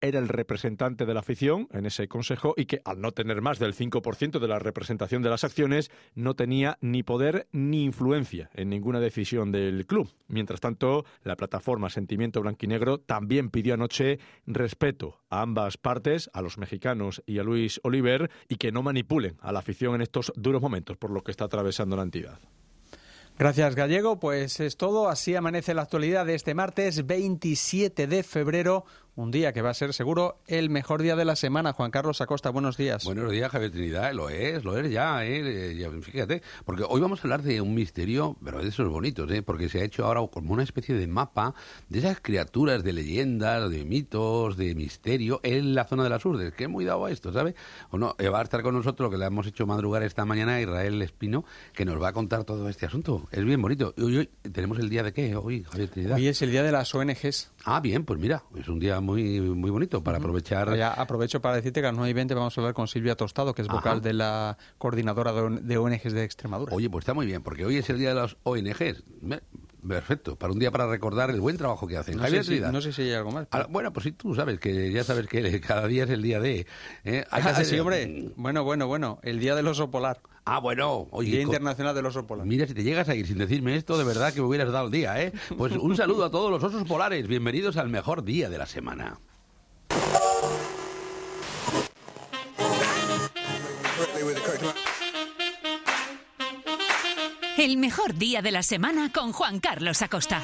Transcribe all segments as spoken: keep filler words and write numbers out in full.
era el representante de la afición en ese consejo y que, al no tener más del cinco por ciento de la representación de las acciones, no tenía ni poder ni influencia en ninguna decisión del club. Mientras tanto, la plataforma Sentimiento Blanquinegro también pidió anoche respeto a ambas partes, a los mexicanos y a Luis Oliver, y que no manipulen a la afición en estos duros momentos por lo que está atravesando la entidad. Gracias, Gallego. Pues es todo. Así amanece la actualidad de este martes veintisiete de febrero. Un día que va a ser seguro el mejor día de la semana. Juan Carlos Acosta, buenos días. Buenos días, Javier Trinidad. Lo es, lo es ya, ¿eh? Ya, fíjate, porque hoy vamos a hablar de un misterio, pero de esos bonitos, ¿eh? Porque se ha hecho ahora como una especie de mapa de esas criaturas de leyendas, de mitos, de misterio en la zona de las Urdes, que es muy dado a esto, ¿sabes? O no, va a estar con nosotros, que le hemos hecho madrugar esta mañana, Israel Espino, que nos va a contar todo este asunto. Es bien bonito. Y hoy, hoy tenemos el día de qué, hoy, Javier Trinidad. Hoy es el día de las O N Ges. Ah, bien, pues mira, es un día muy muy bonito para aprovechar. Ya aprovecho para decirte que a las nueve y veinte vamos a hablar con Silvia Tostado, que es vocal Ajá. de la coordinadora de O N Ges de Extremadura. Oye, pues está muy bien, porque hoy es el día de las O N Ges. Perfecto, para un día para recordar el buen trabajo que hacen. No, sé si, no sé si hay algo más. Pero... Ah, bueno, pues sí, tú sabes que ya sabes que cada día es el día de... ¿eh? Hay que ah, hacer... sí, hombre. Bueno, bueno, bueno. El día del oso polar. Ah, bueno. Oye, Día Internacional del Oso Polar. Mira, si te llegas a ir sin decirme esto, de verdad que me hubieras dado el día, ¿eh? Pues un saludo a todos los osos polares. Bienvenidos al mejor día de la semana. El mejor día de la semana con Juan Carlos Acosta.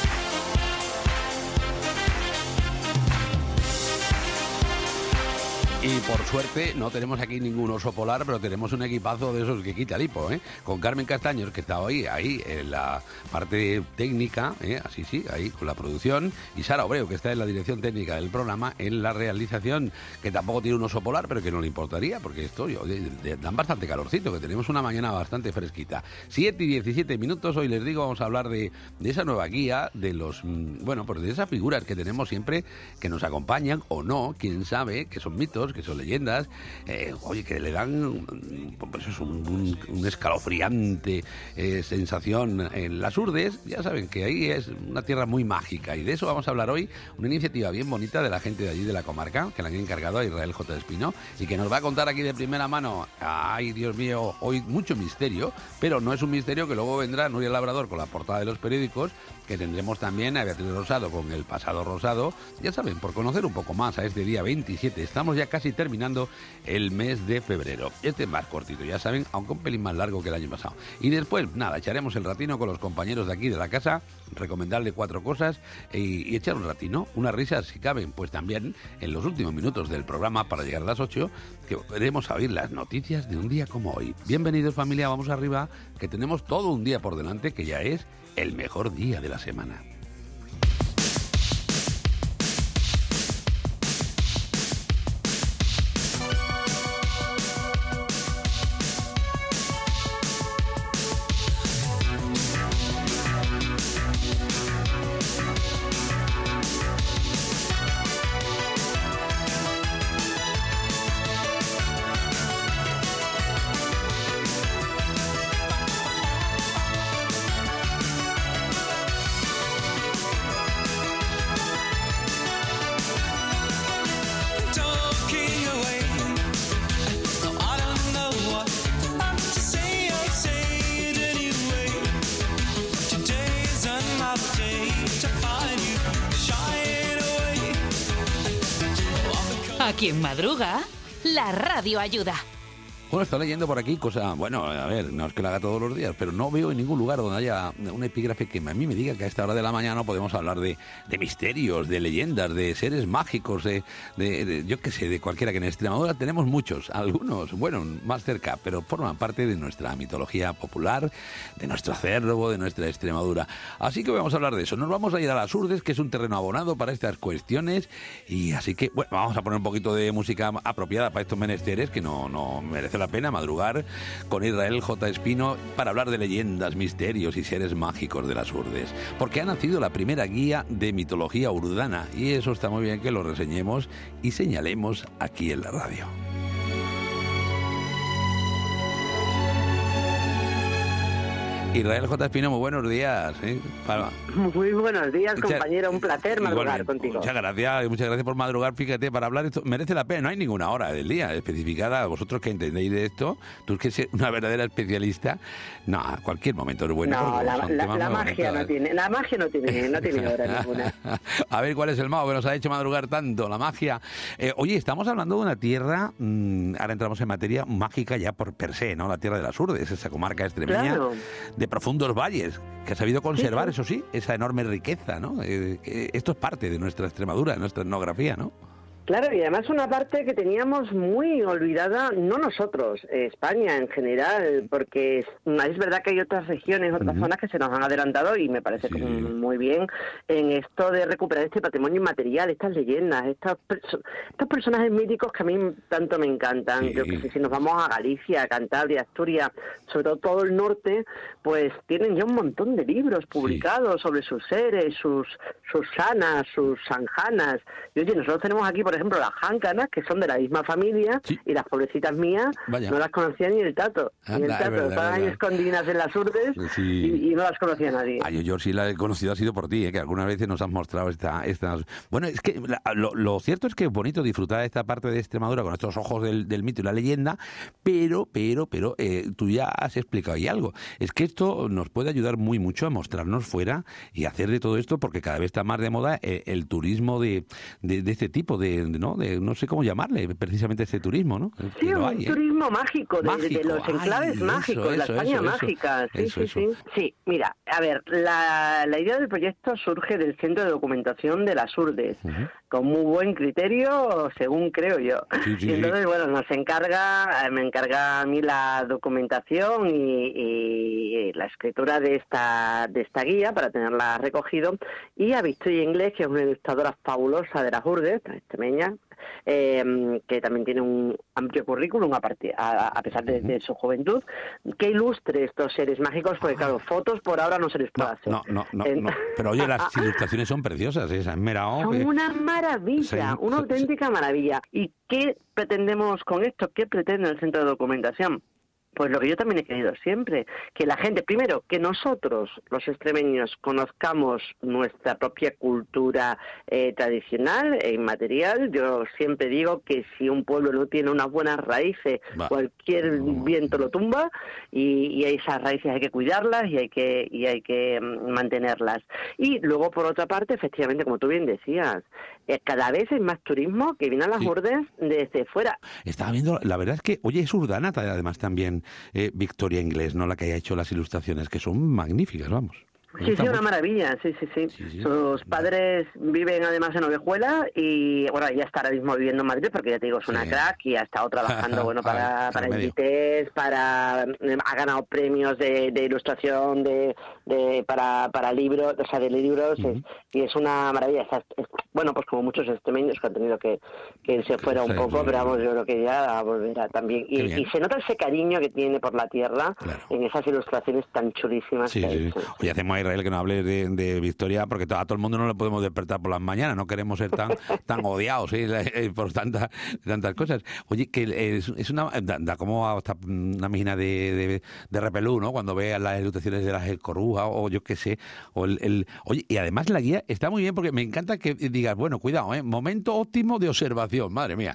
Y por suerte no tenemos aquí ningún oso polar, pero tenemos un equipazo de esos que quita el hipo, ¿eh? Con Carmen Castaños, que está hoy ahí en la parte técnica, ¿eh? Así sí, ahí con la producción, y Sara Obreu, que está en la dirección técnica del programa, en la realización, que tampoco tiene un oso polar, pero que no le importaría, porque esto yo, de, de, dan bastante calorcito, que tenemos una mañana bastante fresquita. siete y diecisiete minutos, hoy les digo, vamos a hablar de, de esa nueva guía, de los, bueno, pues de esas figuras que tenemos siempre, que nos acompañan, o no, quién sabe, que son mitos, que son leyendas, eh, oye, que le dan pues eso, un, un, un escalofriante eh, sensación en las Urdes. Ya saben que ahí es una tierra muy mágica, y de eso vamos a hablar hoy, una iniciativa bien bonita de la gente de allí de la comarca, que la han encargado a Israel J. Espino, y que nos va a contar aquí de primera mano. Ay, Dios mío, hoy mucho misterio, pero no es un misterio que luego vendrá Nuria Labrador con la portada de los periódicos, que tendremos también a Beatriz Rosado con el pasado rosado. Ya saben, por conocer un poco más a este día veintisiete, estamos ya casi terminando el mes de febrero. Este es más cortito, ya saben, aunque un pelín más largo que el año pasado. Y después, nada, echaremos el ratino con los compañeros de aquí de la casa, recomendarle cuatro cosas y, y echar un ratino, unas risas si caben, pues también en los últimos minutos del programa para llegar a las ocho, que veremos a oír las noticias de un día como hoy. Bienvenidos, familia, vamos arriba, que tenemos todo un día por delante, que ya es el mejor día de la semana. A quien madruga, la radio ayuda. Bueno, está leyendo por aquí cosa, bueno, a ver, no es que la haga todos los días, pero no veo en ningún lugar donde haya un epígrafe que a mí me diga que a esta hora de la mañana podemos hablar de, de misterios, de leyendas, de seres mágicos, de, de, de yo qué sé, de cualquiera, que en Extremadura tenemos muchos, algunos, bueno, más cerca, pero forman parte de nuestra mitología popular, de nuestro acervo, de nuestra Extremadura. Así que vamos a hablar de eso. Nos vamos a ir a las Urdes, que es un terreno abonado para estas cuestiones, y así que, bueno, vamos a poner un poquito de música apropiada para estos menesteres, que no, no merece la pena madrugar con Israel J. Espino para hablar de leyendas, misterios y seres mágicos de las Urdes, porque ha nacido la primera guía de mitología urdana, y eso está muy bien que lo reseñemos y señalemos aquí en la radio. Israel J. Espino, muy buenos días. ¿eh? Para... Muy buenos días, Muchas... compañero. Un placer madrugar contigo. Muchas gracias, muchas gracias por madrugar. Fíjate, para hablar esto merece la pena. No hay ninguna hora del día especificada. Vosotros que entendéis de esto, tú que eres una verdadera especialista, no, a cualquier momento es bueno. No, la, la, la magia no tiene, la magia no tiene, no tiene hora ninguna. A ver, ¿cuál es el mago que nos ha hecho madrugar tanto? La magia. Eh, oye, estamos hablando de una tierra, mmm, ahora entramos en materia mágica ya por per se, ¿no? La tierra de las Urdes, esa comarca extremeña. Claro. De profundos valles, que ha sabido conservar, sí, sí. eso sí, esa enorme riqueza, ¿no? Eh, esto es parte de nuestra Extremadura, de nuestra etnografía, ¿no? Claro, y además una parte que teníamos muy olvidada, no nosotros, España en general, porque es, es verdad que hay otras regiones, otras uh-huh. zonas que se nos han adelantado y me parece sí. como muy bien en esto de recuperar este patrimonio inmaterial, estas leyendas, estos, perso- estos personajes míticos que a mí tanto me encantan. Sí. Yo que sé, si nos vamos a Galicia, a Cantabria, Asturias, sobre todo todo el norte, pues tienen ya un montón de libros publicados sí. sobre sus seres, sus, sus sanas, sus sanjanas. Y oye, nosotros tenemos aquí, por ejemplo, las jáncanas, que son de la misma familia, sí. y las pobrecitas mías Vaya. no las conocía ni el tato. Anda, ni el tato, estaban ahí escondidas en las Urdes sí. y, y no las conocía nadie. Ay, yo sí la he conocido, ha sido por ti, ¿eh? Que algunas veces nos has mostrado esta, estas... Bueno, es que la, lo, lo cierto es que es bonito disfrutar de esta parte de Extremadura con estos ojos del, del mito y la leyenda, pero, pero, pero, eh, tú ya has explicado ahí algo. Es que esto nos puede ayudar muy mucho a mostrarnos fuera y hacer de todo esto, porque cada vez está más de moda eh, el turismo de, de, de este tipo, de ¿no? De, no sé cómo llamarle, precisamente este turismo, ¿no? Sí, un hay, turismo ¿eh? mágico, de, mágico, de los enclaves ay, mágicos, eso, la eso, España eso, mágica. Sí, eso, sí, eso. sí. Sí, mira, a ver, la, la idea del proyecto surge del Centro de Documentación de las Urdes, uh-huh. con muy buen criterio, según creo yo. Sí, sí, y entonces, sí. bueno, nos encarga, me encarga a mí la documentación y, y la escritura de esta de esta guía para tenerla recogido, y a Victoria Inglés, que es una ilustradora fabulosa de las Urdes, extremeña, eh, que también tiene un amplio currículum a, partir, a, a pesar de, de su juventud, que ilustre estos seres mágicos, porque claro, fotos por ahora no se les puede no, hacer. No, no, no, eh, no. Pero oye, las ilustraciones son preciosas, ¿eh? Merao, son eh. una maravilla, sí, una sí, auténtica sí. maravilla. ¿Y qué pretendemos con esto? ¿Qué pretende el Centro de Documentación? Pues lo que yo también he querido siempre, que la gente, primero, que nosotros, los extremeños, conozcamos nuestra propia cultura eh, tradicional e inmaterial. Yo siempre digo que si un pueblo no tiene unas buenas raíces, Va. cualquier no. viento lo tumba, y, y esas raíces hay que cuidarlas y hay que y hay que mantenerlas. Y luego, por otra parte, efectivamente, como tú bien decías, eh, cada vez hay más turismo que viene a las sí. Urdes desde fuera. Estaba viendo, la verdad es que, oye, es urdana además también. Eh, Victoria Inglés, ¿no? La que haya hecho las ilustraciones, que son magníficas, vamos. Sí, sí, una maravilla, sí, sí, sí, sí, sí. Sus padres viven además en Ovejuela y, bueno, ella está ahora mismo viviendo en Madrid porque ya te digo, es una sí. crack y ha estado trabajando, bueno, para, Ay, para Inditex, para... ha ganado premios de, de ilustración, de, de para, para libros, o sea, de libros, uh-huh. es, y es una maravilla. Es, es, bueno, pues como muchos extremeños que han tenido que, que irse fuera un poco, pero vamos, yo creo que ya volverá también. Y, y se nota ese cariño que tiene por la tierra claro. en esas ilustraciones tan chulísimas sí, que sí. ha hecho. Oye, hacemos Israel que no hable de, de Victoria, porque a todo el mundo no le podemos despertar por las mañanas, no queremos ser tan tan odiados ¿eh? por tantas tantas cosas. Oye, que es, es una da, da como hasta una mijina de, de, de repelú, ¿no? Cuando veas las ilustraciones de las Corujas o yo qué sé, o el, el oye, y además la guía está muy bien porque me encanta que digas, bueno, cuidado, ¿eh? Momento óptimo de observación, madre mía.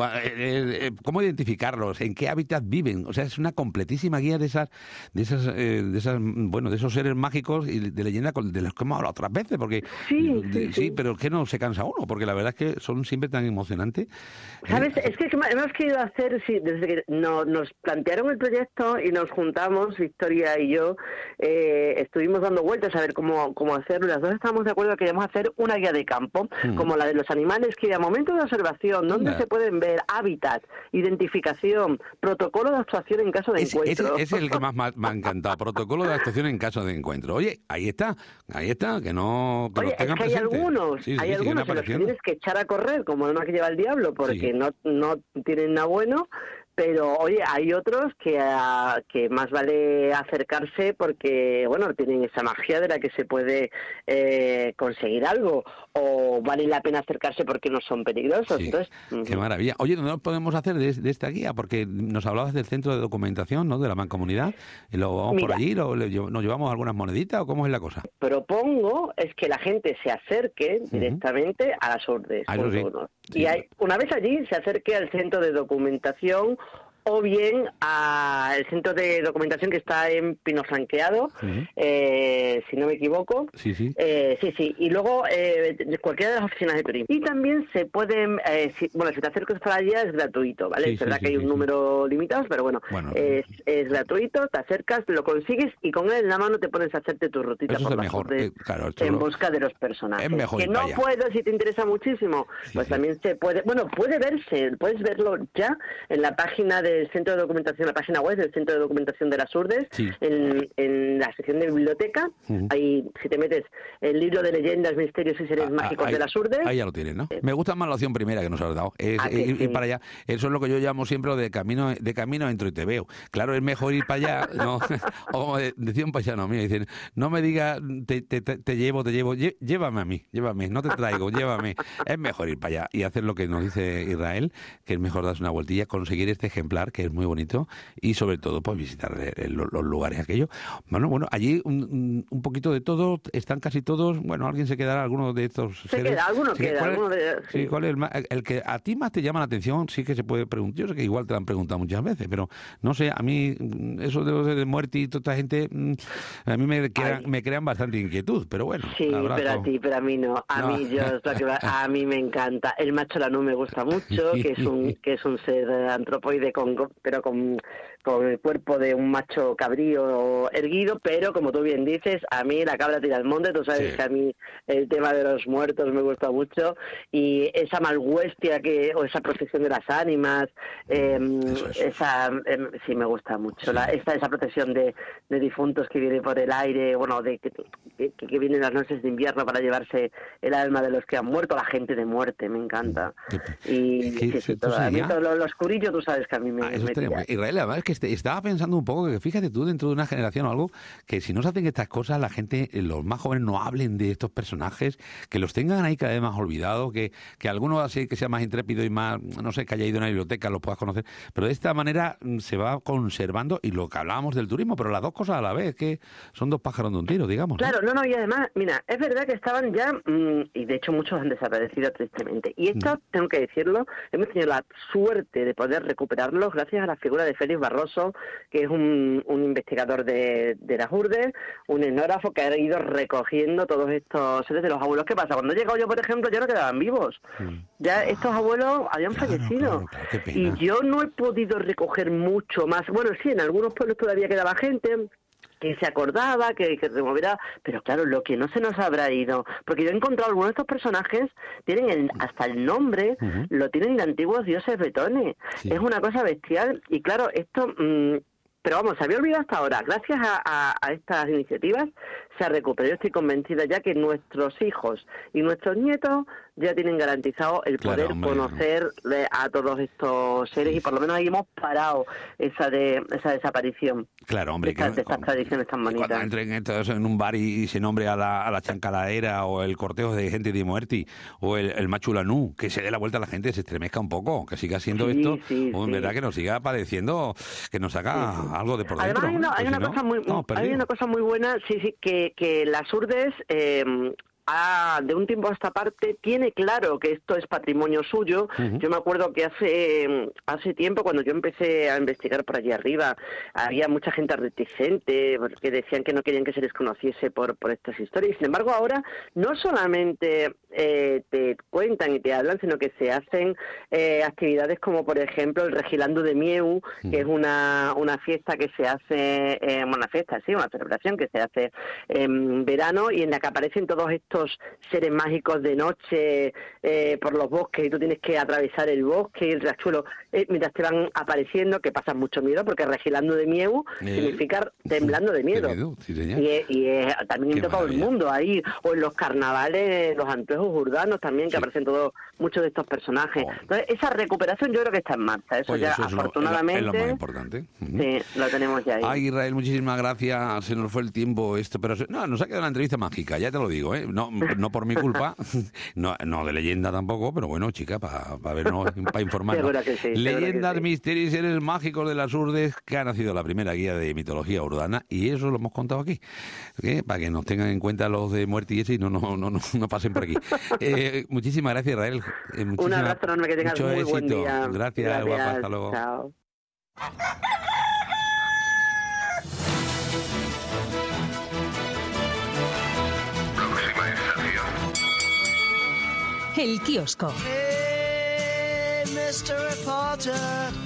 ¿Cómo identificarlos? ¿En qué hábitat viven? O sea, es una completísima guía de esas de esas de esas bueno, de esos seres mágicos y de leyenda de los que hemos hablado otras veces, porque sí, de, sí, sí, sí, pero es que no se cansa uno, porque la verdad es que son siempre tan emocionantes. ¿Sabes? ¿Eh? Es que hemos querido hacer, sí, desde que no, nos plantearon el proyecto y nos juntamos, Victoria y yo, eh, estuvimos dando vueltas a ver cómo, cómo hacerlo, las dos estábamos de acuerdo que queríamos hacer una guía de campo, hmm. como la de los animales, que a momentos de observación, donde nah. se pueden ver hábitats, identificación, protocolo de actuación en caso de ese, encuentro. Ese, ese es el que más me ha encantado, protocolo de actuación en caso de encuentro. Oye, ahí está, ahí está, que no que Oye, los tengan es que hay presentes. algunos, sí, sí, hay algunos en los que tienes que echar a correr, como el más que lleva el diablo, porque sí. no, no tienen nada bueno, Pero, oye, hay otros que, uh, que más vale acercarse porque, bueno, tienen esa magia de la que se puede eh, conseguir algo, o vale la pena acercarse porque no son peligrosos. Sí. Entonces, qué uh-huh. maravilla. Oye, ¿no podemos hacer de, de esta guía? Porque nos hablabas del centro de documentación, ¿no?, de la Mancomunidad, y lo vamos Mira, por allí, lo, le, ¿nos llevamos algunas moneditas o cómo es la cosa? Propongo es que la gente se acerque uh-huh. directamente a las Urdes. Ah, sí. Sí. Y hay, una vez allí se acerque al centro de documentación o bien al centro de documentación que está en Pino Franqueado, uh-huh. eh, si no me equivoco. Sí, sí. Eh, sí, sí. Y luego eh, cualquiera de las oficinas de turismo. Y también se pueden, eh, si, bueno, si te acercas para allá es gratuito, ¿vale? Sí, es verdad sí, que sí, hay un sí, número sí. limitado, pero bueno, bueno es, es gratuito, te acercas, lo consigues y con él en la mano te pones a hacerte tu rutita eso por es las mejor. Urdes, Eh, claro, en lo... busca de los personajes. Es mejor que no puedes, si te interesa muchísimo, sí, pues sí. también se puede, bueno, puede verse, puedes verlo ya en la página del centro de documentación, la página web del Centro de Documentación de las Urdes, sí. en, en la sección de biblioteca. Uh-huh. Ahí, si te metes el libro de leyendas, misterios y seres ah, mágicos ahí, de las Urdes. Ahí ya lo tienes, ¿no? Eh. Me gusta más la opción primera que nos has dado. Es ah, ir, sí. ir para allá. Eso es lo que yo llamo siempre de camino de camino entro y te veo. Claro, es mejor ir para allá, ¿no? O como decía un paisano mío, dicen, no me digas te, te, te, te llevo, te llevo, llévame a mí, llévame, no te traigo, llévame. Es mejor ir para allá y hacer lo que nos dice Israel, que es mejor darse una vueltilla, conseguir este ejemplar, que es muy bonito, y sobre todo pues visitar los, los lugares aquellos. Bueno, bueno, allí un, un poquito de todo, están casi todos, bueno, alguien se quedará, alguno de estos se seres. queda, alguno ¿Sí? queda, ¿Cuál alguno es, de, sí. Sí, ¿cuál es el, más, el que a ti más te llama la atención? Sí que se puede preguntar, yo sé que igual te lo han preguntado muchas veces, pero no sé, a mí eso de los de muerte y toda esta gente, a mí me crean, me crean bastante inquietud, pero bueno. Sí, pero a ti, pero a mí no, a no. mí yo, a mí me encanta. El macho lanú me gusta mucho, que es un que es un ser antropoide con, pero con con el cuerpo de un macho cabrío erguido, pero como tú bien dices, a mí la cabra tira al monte, tú sabes sí. que a mí el tema de los muertos me gusta mucho, y esa malhuestia que o esa protección de las ánimas, eh, es. esa eh, sí me gusta mucho, sí. la, esta esa protección de, de difuntos que viene por el aire, bueno, de que, que, que vienen las noches de invierno para llevarse el alma de los que han muerto, la gente de muerte, me encanta. Y es que, sí, sí, todo, a mí todo lo, lo oscurillo, tú sabes que a mí me, ah, eso me tira. Israel, además es que estaba pensando un poco que fíjate tú dentro de una generación o algo que si no se hacen estas cosas la gente, los más jóvenes no hablen de estos personajes, que los tengan ahí cada vez más olvidados, que, que alguno así que sea más intrépido y más, no sé, que haya ido a una biblioteca los puedas conocer, pero de esta manera se va conservando y lo que hablábamos del turismo, pero las dos cosas a la vez, que son dos pájaros de un tiro, digamos. Claro, no, no, no y además, mira, es verdad que estaban ya, mmm, y de hecho muchos han desaparecido tristemente, y esto, mm. tengo que decirlo, hemos tenido la suerte de poder recuperarlos gracias a la figura de Félix Barroso, que es un, un investigador de, de las Urdes, un etnógrafo que ha ido recogiendo todos estos seres de los abuelos. ¿Qué pasa? Cuando he llegado yo, por ejemplo, ya no quedaban vivos. Mm. Ya estos abuelos habían claro, fallecido. Claro, claro, y yo no he podido recoger mucho más. Bueno, sí, en algunos pueblos todavía quedaba gente que se acordaba, que, que removiera, pero claro, lo que no se nos habrá ido, porque yo he encontrado algunos de estos personajes, tienen el, hasta el nombre, uh-huh. lo tienen de antiguos dioses bretones, sí. Es una cosa bestial, y claro, esto, mmm, pero vamos, se había olvidado hasta ahora, gracias a, a, a estas iniciativas se ha recuperado, yo estoy convencida ya que nuestros hijos y nuestros nietos ya tienen garantizado el claro, poder hombre, conocer no. a todos estos seres, sí. y por lo menos ahí hemos parado esa de esa desaparición. Claro, hombre. De, esta, que, de estas como, tradiciones tan bonitas. Cuando entren entonces en un bar y, y se nombre a la, a la chancalaera o el cortejo de gente de muerte o el, el macho lanú, que se dé la vuelta a la gente, se estremezca un poco, que siga siendo sí, esto, sí, o en sí. verdad que nos siga padeciendo, que nos haga sí, sí. algo de por dentro. Además hay una, pues hay, una si cosa no, muy, hay una cosa muy buena, sí, sí, que, que las Urdes... Eh, Ah, de un tiempo a esta parte tiene claro que esto es patrimonio suyo. Uh-huh. Yo me acuerdo que hace hace tiempo, cuando yo empecé a investigar por allí arriba, había mucha gente reticente porque decían que no querían que se les conociese por, por estas historias. Sin embargo, ahora no solamente eh, te cuentan y te hablan, sino que se hacen eh, actividades como, por ejemplo, el Regilando de Mieu, uh-huh. que es una, una fiesta que se hace, eh, una fiesta, sí, una celebración que se hace en verano y en la que aparecen todos estos seres mágicos de noche eh, por los bosques, y tú tienes que atravesar el bosque y el riachuelo eh, mientras te van apareciendo, que pasas mucho miedo, porque Regilando de Mieu eh, significa temblando de miedo. miedo sí, y, y eh, también en todo el mundo ahí, o en los carnavales, los anteojos complejos urbanos también, que sí. aparecen todos muchos de estos personajes. Oh. Entonces, esa recuperación yo creo que está en marcha. Eso Oye, ya, eso es afortunadamente, lo, es lo más importante. Uh-huh. Sí, lo tenemos ya ahí. Ay, Israel, muchísimas gracias. Se nos fue el tiempo esto, pero se, no, nos ha quedado una entrevista mágica, ya te lo digo, ¿eh? No, no por mi culpa, no, no de leyenda tampoco, pero bueno, chica, para pa vernos, para informarnos. Seguro que sí, Leyendas, que sí. misterios y seres mágicos de las Urdes, que ha nacido la primera guía de mitología urbana, y eso lo hemos contado aquí, ¿eh? Para que nos tengan en cuenta los de muerte y ese y no, no, no, no, no pasen por aquí. Eh, muchísimas gracias, Israel. Eh, Un abrazo enorme, que tengas mucho muy éxito. buen día. Gracias, Gracias, guapa, hasta luego. Chao. El kiosco. Hey, mister Reporter,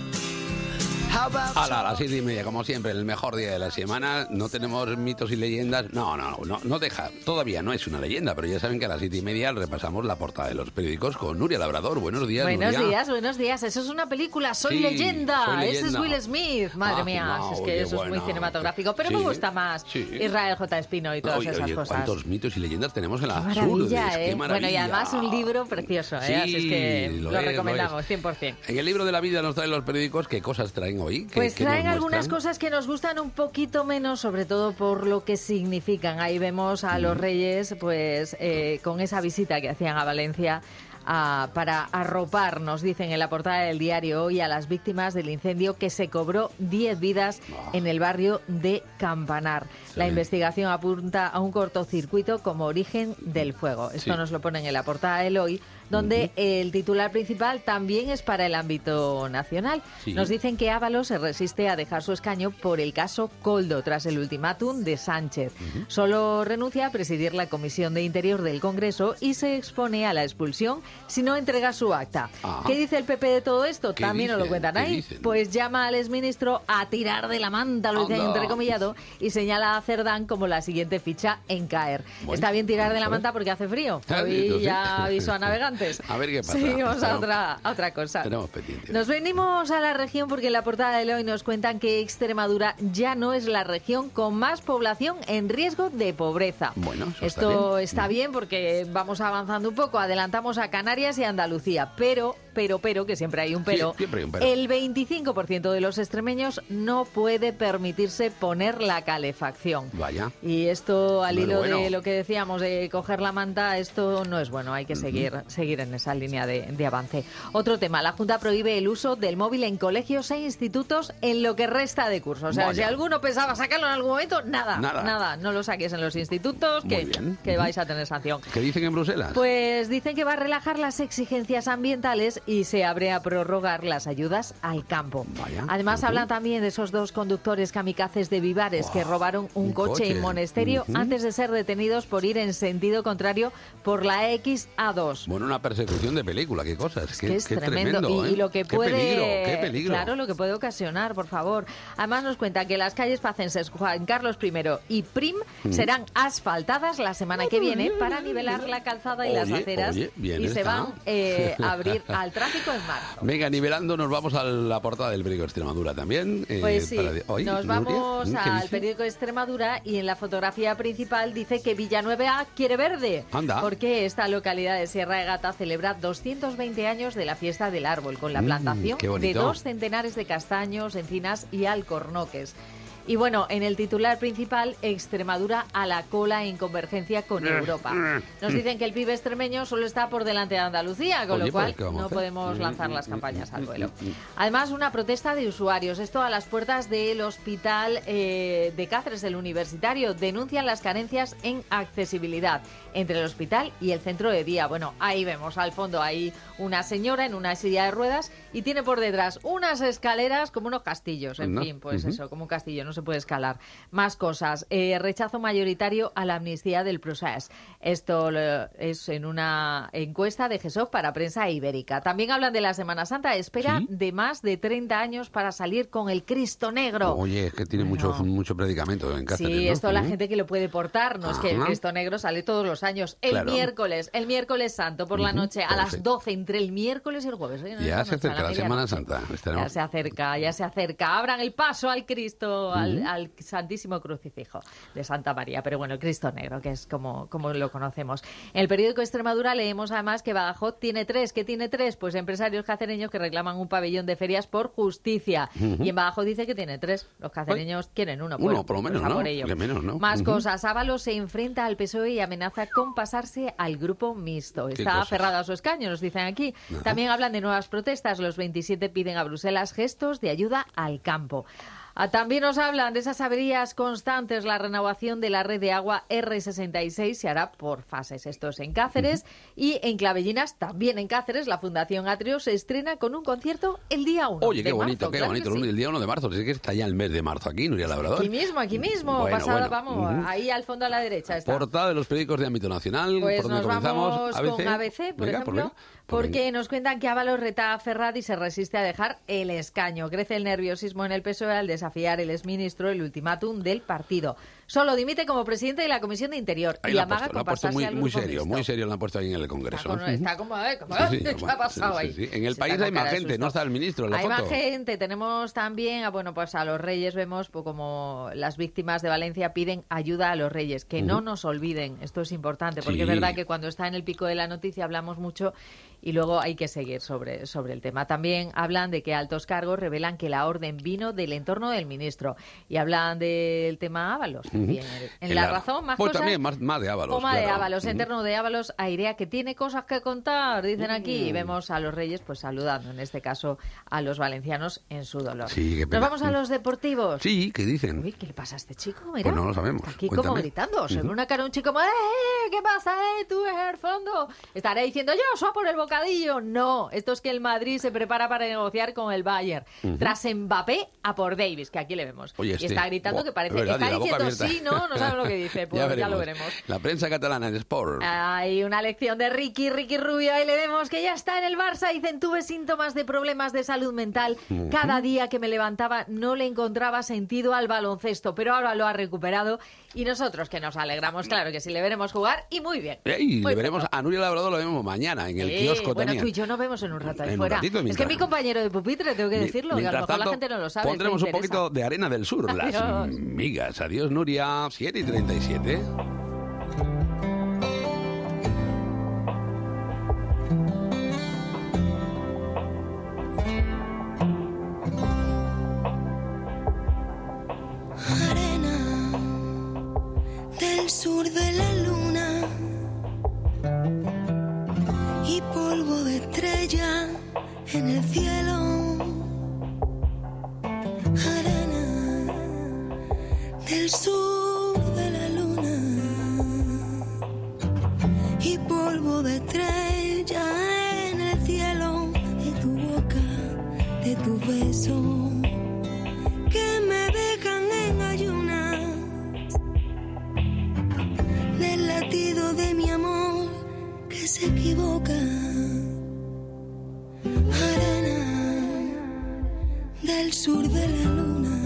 how about A las siete y media, como siempre, el mejor día de la semana. No tenemos mitos y leyendas. No, no, no, no deja. Todavía no es una leyenda, pero ya saben que a las siete y media repasamos la portada de los periódicos con Nuria Labrador. Buenos días, Buenos Nuria. días, buenos días. Eso es una película. Soy Sí, leyenda. Soy Ese es leyenda. Will Smith. Madre Ah, mía, no, es qué que eso es bueno. muy cinematográfico. Pero Sí, me gusta más sí. Israel J. Espino y todas Oye, esas oye, cosas. cuántos mitos y leyendas tenemos en Qué las maravilla, Urdes. ¿eh? Qué maravilla. Bueno, y además un libro precioso, ¿eh? Sí, Así es que lo lo, es, lo recomendamos, es. cien por ciento. En el libro de la vida nos traen los periódicos. ¿Qué cosas traen hoy? ¿Qué- Pues qué nos traen algunas muestran? cosas que nos gustan un poquito menos, sobre todo por lo que significan. Ahí vemos a los reyes, pues, eh, con esa visita que hacían a Valencia a- para arropar, nos dicen en la portada del diario Hoy, a las víctimas del incendio que se cobró diez vidas en el barrio de Campanar. La Sí. investigación apunta a un cortocircuito como origen del fuego. Esto Sí. nos lo ponen en la portada del Hoy, donde el titular principal también es para el ámbito nacional. Sí. Nos dicen que Ábalos se resiste a dejar su escaño por el caso Coldo, tras el ultimátum de Sánchez. Solo renuncia a presidir la Comisión de Interior del Congreso y se expone a la expulsión si no entrega su acta. Ah. ¿Qué dice el P P de todo esto? ¿Qué También nos lo dicen? cuentan ¿Qué ahí. dicen? Pues llama al exministro a tirar de la manta, lo dicen Anda. entrecomillado, y señala a Cerdán como la siguiente ficha en caer. Bueno, Está bien tirar de vamos la a ver. manta porque hace frío. Ah, Hoy eso sí. ya aviso a navegantes. A ver qué pasa. Seguimos a Tenemos- otra, a otra cosa. Tenemos pendiente. Nos venimos a la región porque en la portada de hoy nos cuentan que Extremadura ya no es la región con más población en riesgo de pobreza. Bueno, eso está Esto bien. está bien porque vamos avanzando un poco, adelantamos a Canarias y Andalucía, pero, pero, pero, que siempre hay un pero, Sí, siempre hay un pero. el veinticinco por ciento de los extremeños no puede permitirse poner la calefacción. Vaya. Y esto, al No es hilo bueno. de lo que decíamos de coger la manta, esto no es bueno, hay que seguir, seguir en esa línea de, de avance. Otro tema, la Junta prohíbe el uso del móvil en colegios e institutos en lo que resta de curso. O sea, Vaya. si alguno pensaba sacarlo en algún momento, nada, Nada. nada, no lo saques en los institutos, Muy que, bien. que Ujú. vais a tener sanción. ¿Qué dicen en Bruselas? Pues dicen que va a relajar las exigencias ambientales y se abre a prorrogar las ayudas al campo. Vaya. Además, Ujú. hablan también de esos dos conductores kamikazes de Vivares que Oh, robaron un, un coche, coche. en Monesterio Ujú. antes de ser detenidos por ir en sentido contrario por la X A dos. Bueno, una persecución de película, qué cosas. Qué, Que es qué tremendo. tremendo, y, ¿eh? y lo que Qué puede. peligro, qué peligro. Claro, lo que puede ocasionar, por favor. Además, nos cuenta que las calles pacenses Juan Carlos primero y Prim serán asfaltadas la semana que viene para nivelar la calzada y las Oye, aceras. oye, bien y se está. van eh, a abrir al tráfico en marzo. Venga, nivelando, nos vamos a la portada del periódico Extremadura también. eh, Pues sí, para de- hoy, nos Nuria, vamos ¿qué al dice? periódico Extremadura y en la fotografía principal dice que Villanueva quiere verde. Anda. Porque esta localidad de Sierra de Gata celebra doscientos veinte años de la fiesta del árbol, con la Mm, plantación qué de bonito. dos centenares de castaños, encinas y alcornoques. Y bueno, en el titular principal, Extremadura a la cola en convergencia con Europa. Nos dicen que el P I B extremeño solo está por delante de Andalucía, con Oye, lo cual pues, ¿qué vamos a no hacer? podemos lanzar las campañas al vuelo. Además, una protesta de usuarios. Esto a las puertas del hospital eh, de Cáceres, el universitario. Denuncian las carencias en accesibilidad entre el hospital y el centro de día. Bueno, ahí vemos al fondo ahí una señora en una silla de ruedas y tiene por detrás unas escaleras como unos castillos. En Anda. fin, pues Ujú. eso, como un castillo, no se puede escalar. Más cosas. Eh, rechazo mayoritario a la amnistía del procés. Esto lo- es en una encuesta de GESOP para prensa ibérica. También hablan de la Semana Santa. Espera ¿Sí? de más de treinta años para salir con el Cristo Negro. Oye, es que tiene Bueno. mucho, mucho predicamento en Cáceres, Sí, ¿no? esto la Ujú. gente que lo puede portar, no es que el Ajá. Cristo Negro sale todos los años. El Claro. miércoles, el miércoles santo por la Ujú, noche a las perfecto. doce, entre el miércoles y el jueves. Oye, no Ya es se noche, a acerca la medianoche. Semana Santa. Estaremos- Ya se acerca, ya se acerca. Abran el paso al Cristo, al al, uh-huh. al Santísimo Crucifijo de Santa María, pero bueno, el Cristo Negro, que es como, como lo conocemos. En el periódico Extremadura leemos además que Badajoz tiene tres. ¿Qué tiene tres? Pues empresarios cacereños que reclaman un pabellón de ferias por justicia. Uh-huh. Y en Badajoz dice que tiene tres. Los cacereños quieren uno. Uno, bueno, por lo menos, pues ¿no? Por ello. Menos, ¿no? Más uh-huh. cosas. Ábalos se enfrenta al P S O E y amenaza con pasarse al grupo mixto. Está aferrado a su escaño, nos dicen aquí. Uh-huh. También hablan de nuevas protestas. Los veintisiete piden a Bruselas gestos de ayuda al campo. También nos hablan de esas averías constantes. La renovación de la red de agua erre sesenta y seis se hará por fases. Esto es en Cáceres. Uh-huh. Y en Clavellinas, también en Cáceres, la Fundación Atrio se estrena con un concierto el día uno Oye, de qué marzo, bonito, qué claro bonito. Sí. El día uno de marzo. Es que está ya el mes de marzo aquí, Nuria Labrador. Aquí mismo, aquí mismo. Bueno, Pasada, bueno. vamos, uh-huh. ahí al fondo a la derecha está. Portada de los periódicos de ámbito nacional. Pues ¿Por dónde nos comenzamos? vamos A B C. con A B C, por Venga, ejemplo, por porque venga. nos cuentan que Ábalos reta a Ferrat y se resiste a dejar el escaño. Crece el nerviosismo en el P S O E al desafiar el exministro el ultimátum del partido. Solo dimite como presidente de la Comisión de Interior Ahí y la amaga ha puesto, con la ha puesto muy, pasarse al muy grupo serio, mixto. muy serio la ha puesto ahí en el Congreso. Está, con, está como, eh, como Sí, sí, ¿qué bueno, ha pasado sí, ahí? sí, sí. En el Se país está hay con más cara de gente, susto. no está el ministro en la hay foto. más gente. Tenemos también, ah, bueno, pues a los Reyes vemos pues, como las víctimas de Valencia piden ayuda a los Reyes. Que uh-huh. no nos olviden, esto es importante, porque sí. es verdad que cuando está en el pico de la noticia hablamos mucho y luego hay que seguir sobre, sobre el tema. También hablan de que altos cargos revelan que la orden vino del entorno del ministro y hablan del tema Ábalos. Uh-huh. Bien, en, en la, la razón, más pues cosas. También más, más de Ábalos. O más claro. de Ábalos, uh-huh. interno de Ábalos, airea que tiene cosas que contar, dicen aquí, uh-huh. y vemos a los Reyes pues saludando, en este caso, a los valencianos en su dolor. Sí, qué pena. Nos vamos a los deportivos. Sí, ¿qué dicen? Uy, ¿qué le pasa a este chico? Mira, pues no lo sabemos. Está aquí Cuéntame. como gritando, se ve uh-huh. una cara un chico como, ¡eh! ¿Qué pasa, eh? Tú en el fondo. Estaré diciendo, yo soy por el bocadillo. No, esto es que el Madrid se prepara para negociar con el Bayern. Uh-huh. Tras Mbappé a por Davis, que aquí le vemos. Oye, y este, está gritando bo, que parece, verdad, está diciendo abierta. sí, no, no sabe lo que dice, pues ya, ya lo veremos. La prensa catalana en Sport. Hay una lección de Ricky, Ricky Rubio, ahí le vemos que ya está en el Barça. Dicen, tuve síntomas de problemas de salud mental. Uh-huh. Cada día que me levantaba no le encontraba sentido al baloncesto, pero ahora lo ha recuperado y nosotros que nos alegramos, claro que sí, le veremos jugar y muy bien. Y muy le veremos a Nuria Labrador, lo vemos mañana en el eh, kiosco bueno, también. Tú y yo nos vemos en un rato ahí en fuera. Un ratito, es que mi compañero de pupitre, tengo que decirlo, que a lo mejor tanto, la gente no lo sabe. Pondremos un poquito de Arena del Sur, las Adiós. migas. Adiós, Nuria. siete y treinta y siete. Arena del sur de la luna y polvo de estrella en el cielo. Arena del sur de la luna y polvo de estrella en el cielo. De tu boca, de tu beso, que me dejan en ayunas, del latido de mi amor que se equivoca. Arena del sur de la luna,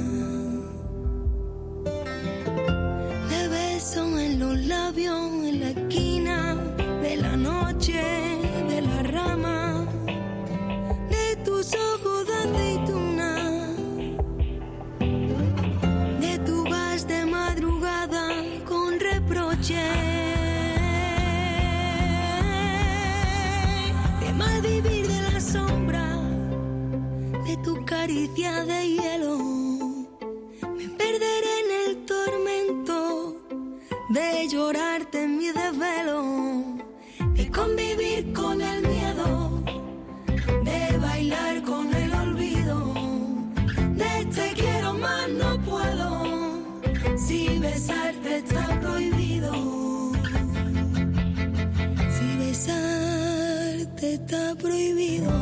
de beso en los labios, en la esquina de la noche, de la rama, de tus ojos de aceituna, de tu vas de madrugada con reproche, de mal vivir de la sombra, de tu caricia de hielo. Me perderé en el tormento de llorarte en mi desvelo, de convivir con el miedo, de bailar con el olvido, de te quiero más no puedo, si besarte está prohibido, si besarte está prohibido.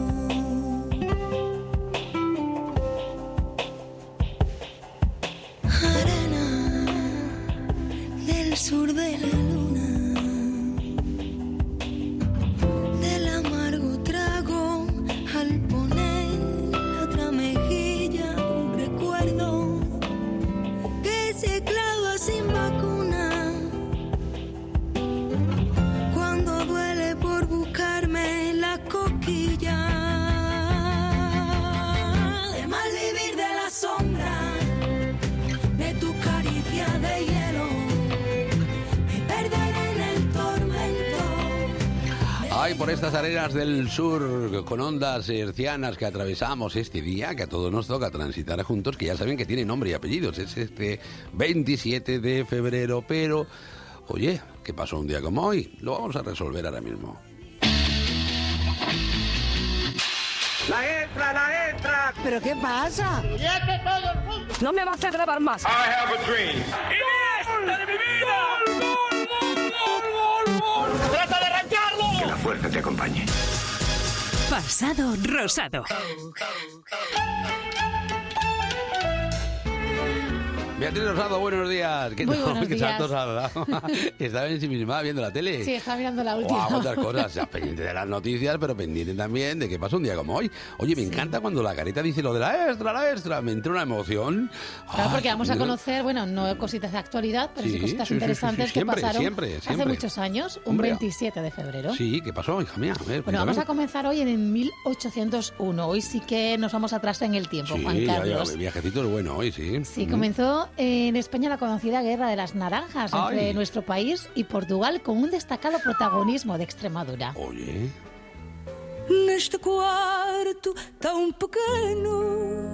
Arena del sur de la luna, del amargo trago al poner la otra mejilla, un recuerdo que se clava sin vacuna, cuando duele por buscarme la coquilla. Ay, por estas arenas del sur con ondas hercianas que atravesamos este día, que a todos nos toca transitar juntos, que ya saben que tiene nombre y apellidos. Es este veintisiete de febrero, pero, oye, ¿qué pasó un día como hoy? Lo vamos a resolver ahora mismo. ¡La extra, la extra! ¿Pero qué pasa? ¡Siete todo el mundo! No me vas a grabar más. I have a dream. ¡Iniesta de mi vida! ¡Gol, gol, gol, gol, gol! ¡Trata de arrancarlo! Que la fuerza te acompañe. Pasado rosado. Beatriz Rosado, buenos días. ¿Qué Muy tal? buenos ¿Qué días. saltos has dado? Estaba ensimismada viendo la tele. Sí, estaba mirando la última. Wow, muchas cosas. Ya, pendiente de las noticias, pero pendiente también de qué pasa un día como hoy. Oye, me Sí. encanta cuando la careta dice lo de la extra, la extra. Me entra una emoción. Claro, porque Ay, vamos a mira. conocer, bueno, no cositas de actualidad, pero sí, Sí, cositas sí, sí, interesantes sí, sí. Siempre, que pasaron siempre, hace siempre. muchos años, un Hombre. veintisiete de febrero. Sí, ¿qué pasó, hija mía? A ver, Bueno, vamos cuéntame. a comenzar hoy en mil ochocientos uno. Hoy sí que nos vamos atrás en el tiempo, Sí, Juan ya, Carlos. ya, el viajecito es bueno hoy, sí. Sí, Mm. comenzó en España la conocida Guerra de las Naranjas entre Ay. nuestro país y Portugal, con un destacado protagonismo de Extremadura. Oye, Neste quarto tão pequeno.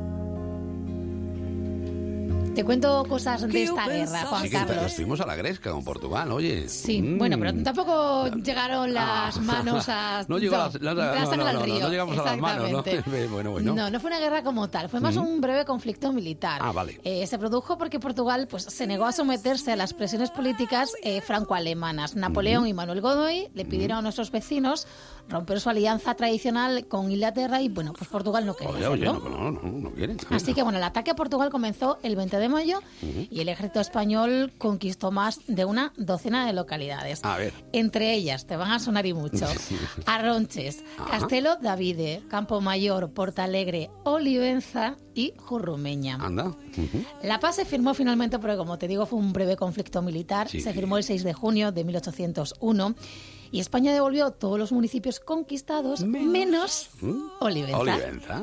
Te cuento cosas de esta guerra, Juan sí que Carlos. estuvimos a la gresca con Portugal, oye. Sí, Mm. bueno, pero tampoco llegaron las Ah. manos a... No llegó las- las- la no, sangre no, al no, no, río. no llegamos a las manos, ¿no? Exactamente. Bueno, bueno. No, no fue una guerra como tal, fue más Ujú. un breve conflicto militar. Ah, vale. Eh, se produjo porque Portugal pues, se negó a someterse a las presiones políticas eh, franco-alemanas. Napoleón y Manuel Godoy le pidieron a nuestros vecinos romper su alianza tradicional con Inglaterra y, bueno, pues Portugal no quería Oye, oye, hacerlo. no, no, no, no quieren. Así que, bueno, el ataque a Portugal comenzó el veinte de mayo y el ejército español conquistó más de una docena de localidades. A ver. Entre ellas, te van a sonar y mucho, Arronches, Ajá. Castelo Davide, Campomayor, Portalegre, Olivenza y Jurrumeña. Anda. Ujú. La paz se firmó finalmente porque, como te digo, fue un breve conflicto militar. Sí. Se firmó el seis de junio de mil ochocientos uno y España devolvió todos los municipios conquistados menos, Mm. Olivenza. Olivenza.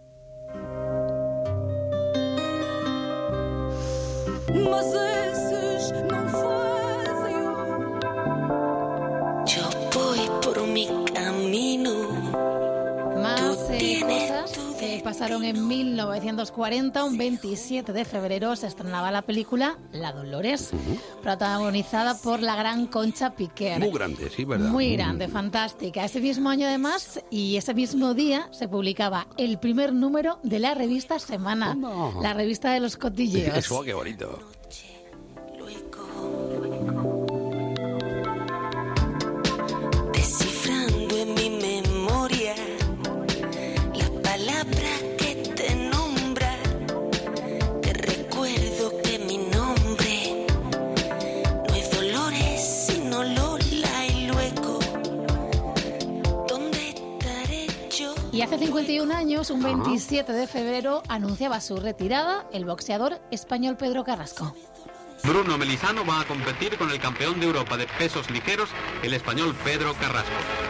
Mas esses não fazem. Yo voy por mi camino. Más eh, tienes cosas que pasaron en mil novecientos cuarenta, un veintisiete de febrero, se estrenaba la película La Dolores, protagonizada por la gran Concha Piquer. Muy grande, sí, ¿verdad? Muy Mm. grande, fantástica. Ese mismo año, además, y ese mismo día, se publicaba el primer número de la revista Semana, Anda. la revista de los cotilleos. Eso, qué bonito. Descifrando en mi memoria la palabra que te nombra. Te recuerdo que mi nombre no es Dolores, sino Lola y luego. ¿Dónde estaré yo? Y hace cincuenta y un años, un veintisiete de febrero, anunciaba su retirada el boxeador español Pedro Carrasco. Bruno Melisano va a competir con el campeón de Europa de pesos ligeros, el español Pedro Carrasco.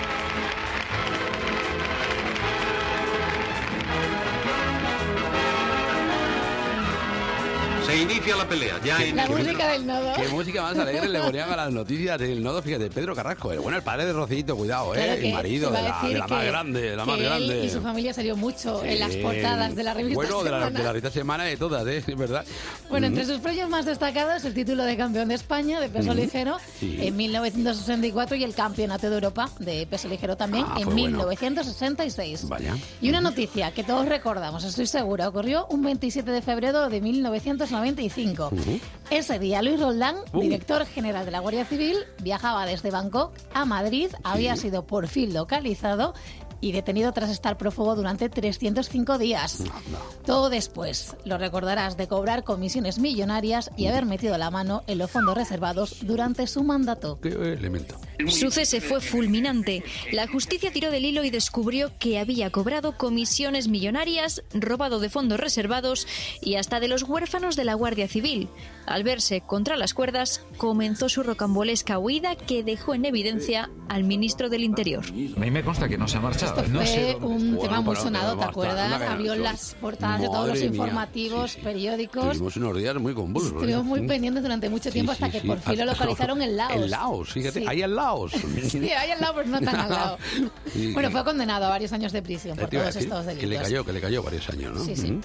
Se inicia la pelea. Ya en La qué música del nodo. Qué música más alegre le ponían a las noticias del nodo, fíjate, Pedro Carrasco, el bueno, el padre de Rocito, cuidado, Claro eh, que y marido te de iba a la, decir de la más que- grande, de la más que él grande. y su familia salió mucho en las Sí. portadas de la revista Bueno, de la, Semana. de la revista Semana de todas, ¿eh? Es verdad. Bueno, entre Ujú. sus premios más destacados, el título de campeón de España de peso Ujú. ligero Sí. en mil novecientos sesenta y cuatro y el campeonato de Europa de peso ligero también Ah, en fue bueno. mil novecientos sesenta y seis. Vaya. Y una noticia que todos recordamos, estoy segura, ocurrió un veintisiete de febrero de mil novecientos noventa y cinco. Ujú. Ese día Luis Roldán, Uh. director general de la Guardia Civil, viajaba desde Bangkok a Madrid, había sido por fin localizado y detenido tras estar prófugo durante trescientos cinco días. Todo después, lo recordarás, de cobrar comisiones millonarias y haber metido la mano en los fondos reservados durante su mandato. Qué elemento. Su cese fue fulminante. La justicia tiró del hilo y descubrió que había cobrado comisiones millonarias, robado de fondos reservados y hasta de los huérfanos de la Guardia Civil. Al verse contra las cuerdas, comenzó su rocambolesca huida que dejó en evidencia al ministro del Interior. A mí me consta que no se ha marchado. Esto no fue sé dónde- un Bueno, tema muy pero- sonado, pero ¿te basta, acuerdas? anda que no, Abrió yo- las portadas de todos los Madre mía. informativos, Sí, sí. periódicos. Tuvimos unos días muy convulsos. Estuvimos muy ¿eh? pendientes durante mucho tiempo Sí, hasta sí, que sí. por fin lo localizaron en Laos. En Laos, fíjate, Sí. ahí al lado. lados. Sí, ahí al lado, pues no tan al lado. Y, bueno, fue condenado a varios años de prisión por todos estos delitos. Que le cayó, que le cayó varios años, ¿no? Sí, sí. Uh-huh.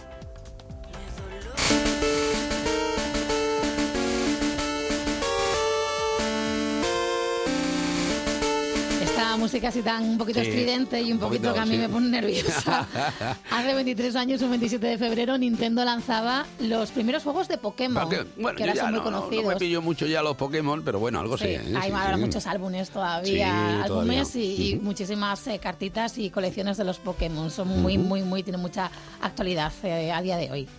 Música así tan un poquito sí, estridente y un, un poquito, poquito que a mí sí. me pone nerviosa. Hace veintitrés años, un veintisiete de febrero, Nintendo lanzaba los primeros juegos de Pokémon, que, bueno, que ahora son no, muy conocidos. No, no me pillo mucho ya los Pokémon, pero bueno, algo sí. sé. ¿eh? Hay sí, ahora sí. muchos álbumes todavía, sí, álbumes todavía. y, y uh-huh. muchísimas eh, cartitas y colecciones de los Pokémon. Son muy, uh-huh. muy, muy, tienen mucha actualidad eh, a día de hoy.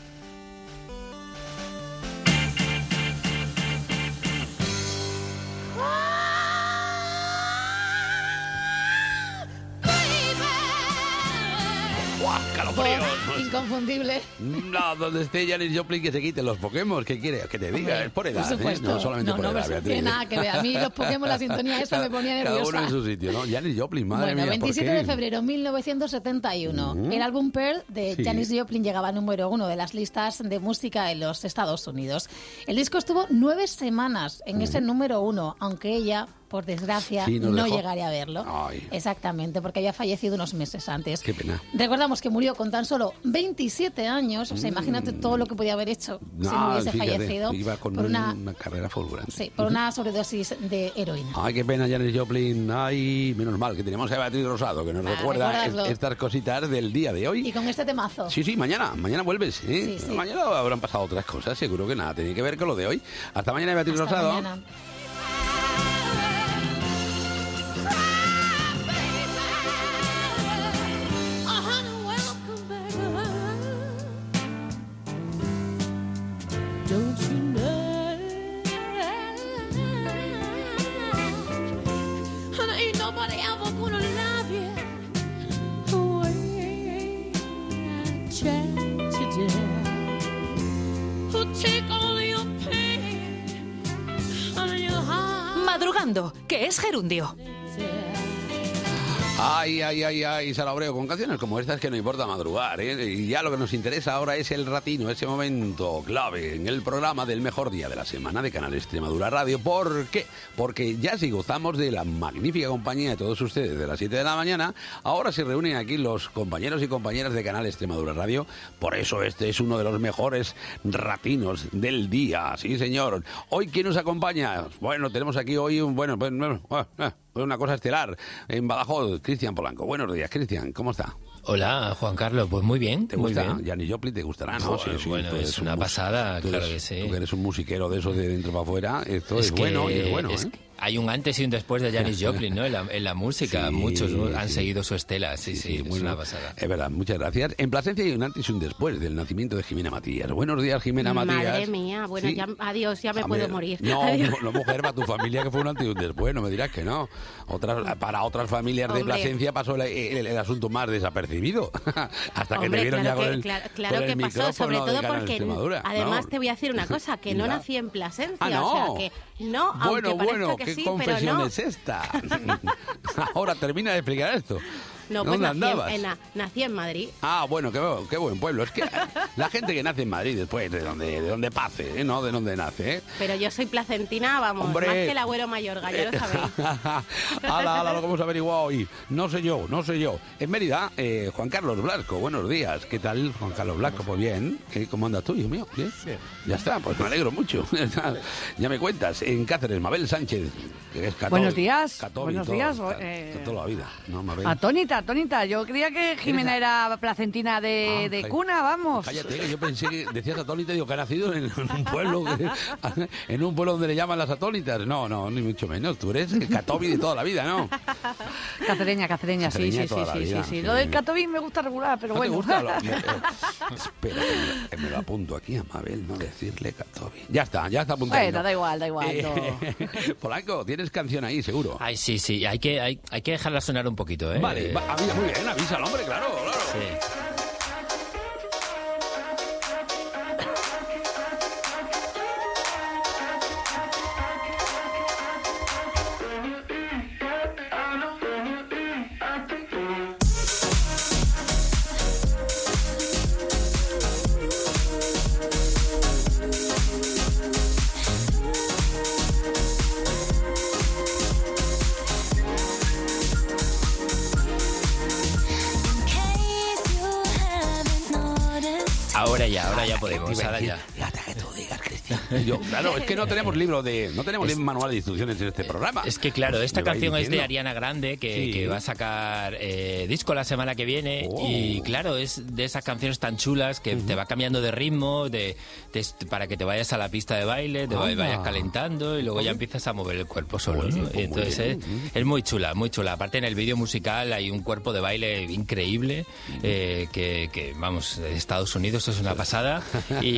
Inconfundible. No, donde esté Janis Joplin que se quiten los Pokémon. ¿Qué quiere? Que te diga, es por edad, por ¿eh? No solamente no, por no, edad. No, no tiene nada que ver. A mí los Pokémon, la sintonía esa me ponía nerviosa. Cada uno en su sitio, ¿no? Janis Joplin, madre bueno, mía, veintisiete ¿por qué? de febrero de mil novecientos setenta y uno. Uh-huh. El álbum Pearl de sí. Janis Joplin llegaba al número uno de las listas de música en los Estados Unidos. El disco estuvo nueve semanas en uh-huh. ese número uno, aunque ella, por desgracia, sí, no dejó. llegaré a verlo. Ay. Exactamente, porque había fallecido unos meses antes. Qué pena. Recordamos que murió con tan solo veintisiete años, o sea, mm. imagínate todo lo que podía haber hecho no, si no hubiese fíjate, fallecido. Iba con por una, una carrera fulgurante. Sí, por una sobredosis de heroína. Ay, qué pena, Janis Joplin. Ay, menos mal que tenemos a Beatriz Rosado, que nos ah, recuerda es, estas cositas del día de hoy. Y con este temazo. Sí, sí, mañana, mañana vuelves. ¿eh? Sí, sí. Mañana habrán pasado otras cosas, seguro que nada, tiene que ver con lo de hoy. Hasta mañana, Beatriz Hasta Rosado. Mañana. Don't you know? And ain't nobody ever gonna love you the way I tried to do. Who'll take all your pain and your heart. Madrugando, que es gerundio. Ay, ay, ay, ay, Sara Obreo, con canciones como estas que no importa madrugar, ¿eh? Y ya lo que nos interesa ahora es el ratino, ese momento clave en el programa del mejor día de la semana de Canal Extremadura Radio. ¿Por qué? Porque ya si gozamos de la magnífica compañía de todos ustedes de las siete de la mañana, ahora se reúnen aquí los compañeros y compañeras de Canal Extremadura Radio. Por eso este es uno de los mejores ratinos del día, sí señor. Hoy, ¿quién nos acompaña? Bueno, tenemos aquí hoy un, bueno, pues, una cosa estelar en Badajoz. Cristian Polanco. Buenos días, Cristian. ¿Cómo está? Hola, Juan Carlos. Pues muy bien. ¿Te muy gusta? bien. Janis Joplin te gustará, ¿no? Pues, sí, sí, bueno, es una pasada, claro que sí. Tú que eres un musiquero de esos de dentro para afuera, esto es, es bueno y es bueno, es ¿eh? Hay un antes y un después de Janis Joplin, ¿no? En la, en la música. Sí, Muchos ¿no? han sí. seguido su estela. Sí, sí, sí, bueno, es una pasada. Es verdad, muchas gracias. En Plasencia hay un antes y un después del nacimiento de Jimena Matías. Buenos días, Jimena Madre Matías. Madre mía, bueno, ¿Sí? ya, adiós, ya me A puedo ver, morir. No, adiós. no, no, mujer, para tu familia que fue un antes y un después, no me dirás que no. Otras, para otras familias Hombre. de Plasencia pasó el, el, el asunto más desapercibido. Hasta que Hombre, te vieron claro ya que, con el, claro, claro con el que pasó, sobre todo porque además ¿no? te voy a decir una cosa, que no Ya. nací en Plasencia, Ah, no. o sea que no, Bueno, aunque bueno, parezca que ¿qué sí, confesión pero no. es esta? Ahora termina de explicar esto. No, pues ¿Dónde nací en, andabas? en, na- nací en Madrid. Ah, bueno, qué, bu- qué buen pueblo. Es que la gente que nace en Madrid después, de donde, de donde pase, ¿eh? No de donde nace, ¿eh? Pero yo soy placentina, vamos, Hombre. más que el agüero Mayorga, ya lo sabéis. ala, ala, lo que hemos averiguado hoy. No sé yo, no sé yo. En Mérida, eh, Juan Carlos Blasco, buenos días. ¿Qué tal, Juan Carlos Blasco? Pues bien. ¿Eh? ¿Cómo andas tú, hijo mío? ¿Bien? Bien. Ya está, pues me alegro mucho. Ya me cuentas. En Cáceres, Mabel Sánchez, que es católica. Buenos días. Católico, Buenos todo, días. ta- eh, Toda la vida, ¿no, Mabel? Atónita, atónita. Yo creía que Jimena era placentina de, Ah, de cállate. cuna, vamos. Cállate, que yo pensé que decías atónita y digo que ha nacido en, en un pueblo que- en un pueblo donde le llaman las atónitas. No, no, ni mucho menos. Tú eres el catobi de toda la vida, ¿no? Cacereña, cacereña, sí, Cacereña sí, toda sí, la sí, vida, sí, sí. sí. Lo del catobi me gusta regular, pero ¿No te bueno. gusta? Lo- me- eh, espera, que me, que me lo apunto aquí a Mabel, no decirle catobi. Ya está, ya está apuntado. Bueno, da igual, da igual. no. Eh, Polanco, tienes canción ahí, seguro. Ay, sí, sí. Hay que, hay, hay que dejarla sonar un poquito, ¿eh? Vale, va, avisa, muy bien, avisa al hombre, claro, claro. Sí. Ahora ya, ahora ya podemos, ahora ya. Fíjate que tú digas, Cristian. Yo, claro, es que no tenemos libro de, no tenemos es, manual de instrucciones en este programa. Es que claro, esta canción es de Ariana Grande, que, sí. que va a sacar eh, disco la semana que viene, oh. y claro, es de esas canciones tan chulas que uh-huh. te va cambiando de ritmo, de, de, para que te vayas a la pista de baile, te ah. vayas calentando y luego ya empiezas a mover el cuerpo solo, bueno, ¿no? Pues entonces es, es muy chula, muy chula. Aparte en el vídeo musical hay un cuerpo de baile increíble, uh-huh. eh, que, que vamos, de Estados Unidos es una pasada y,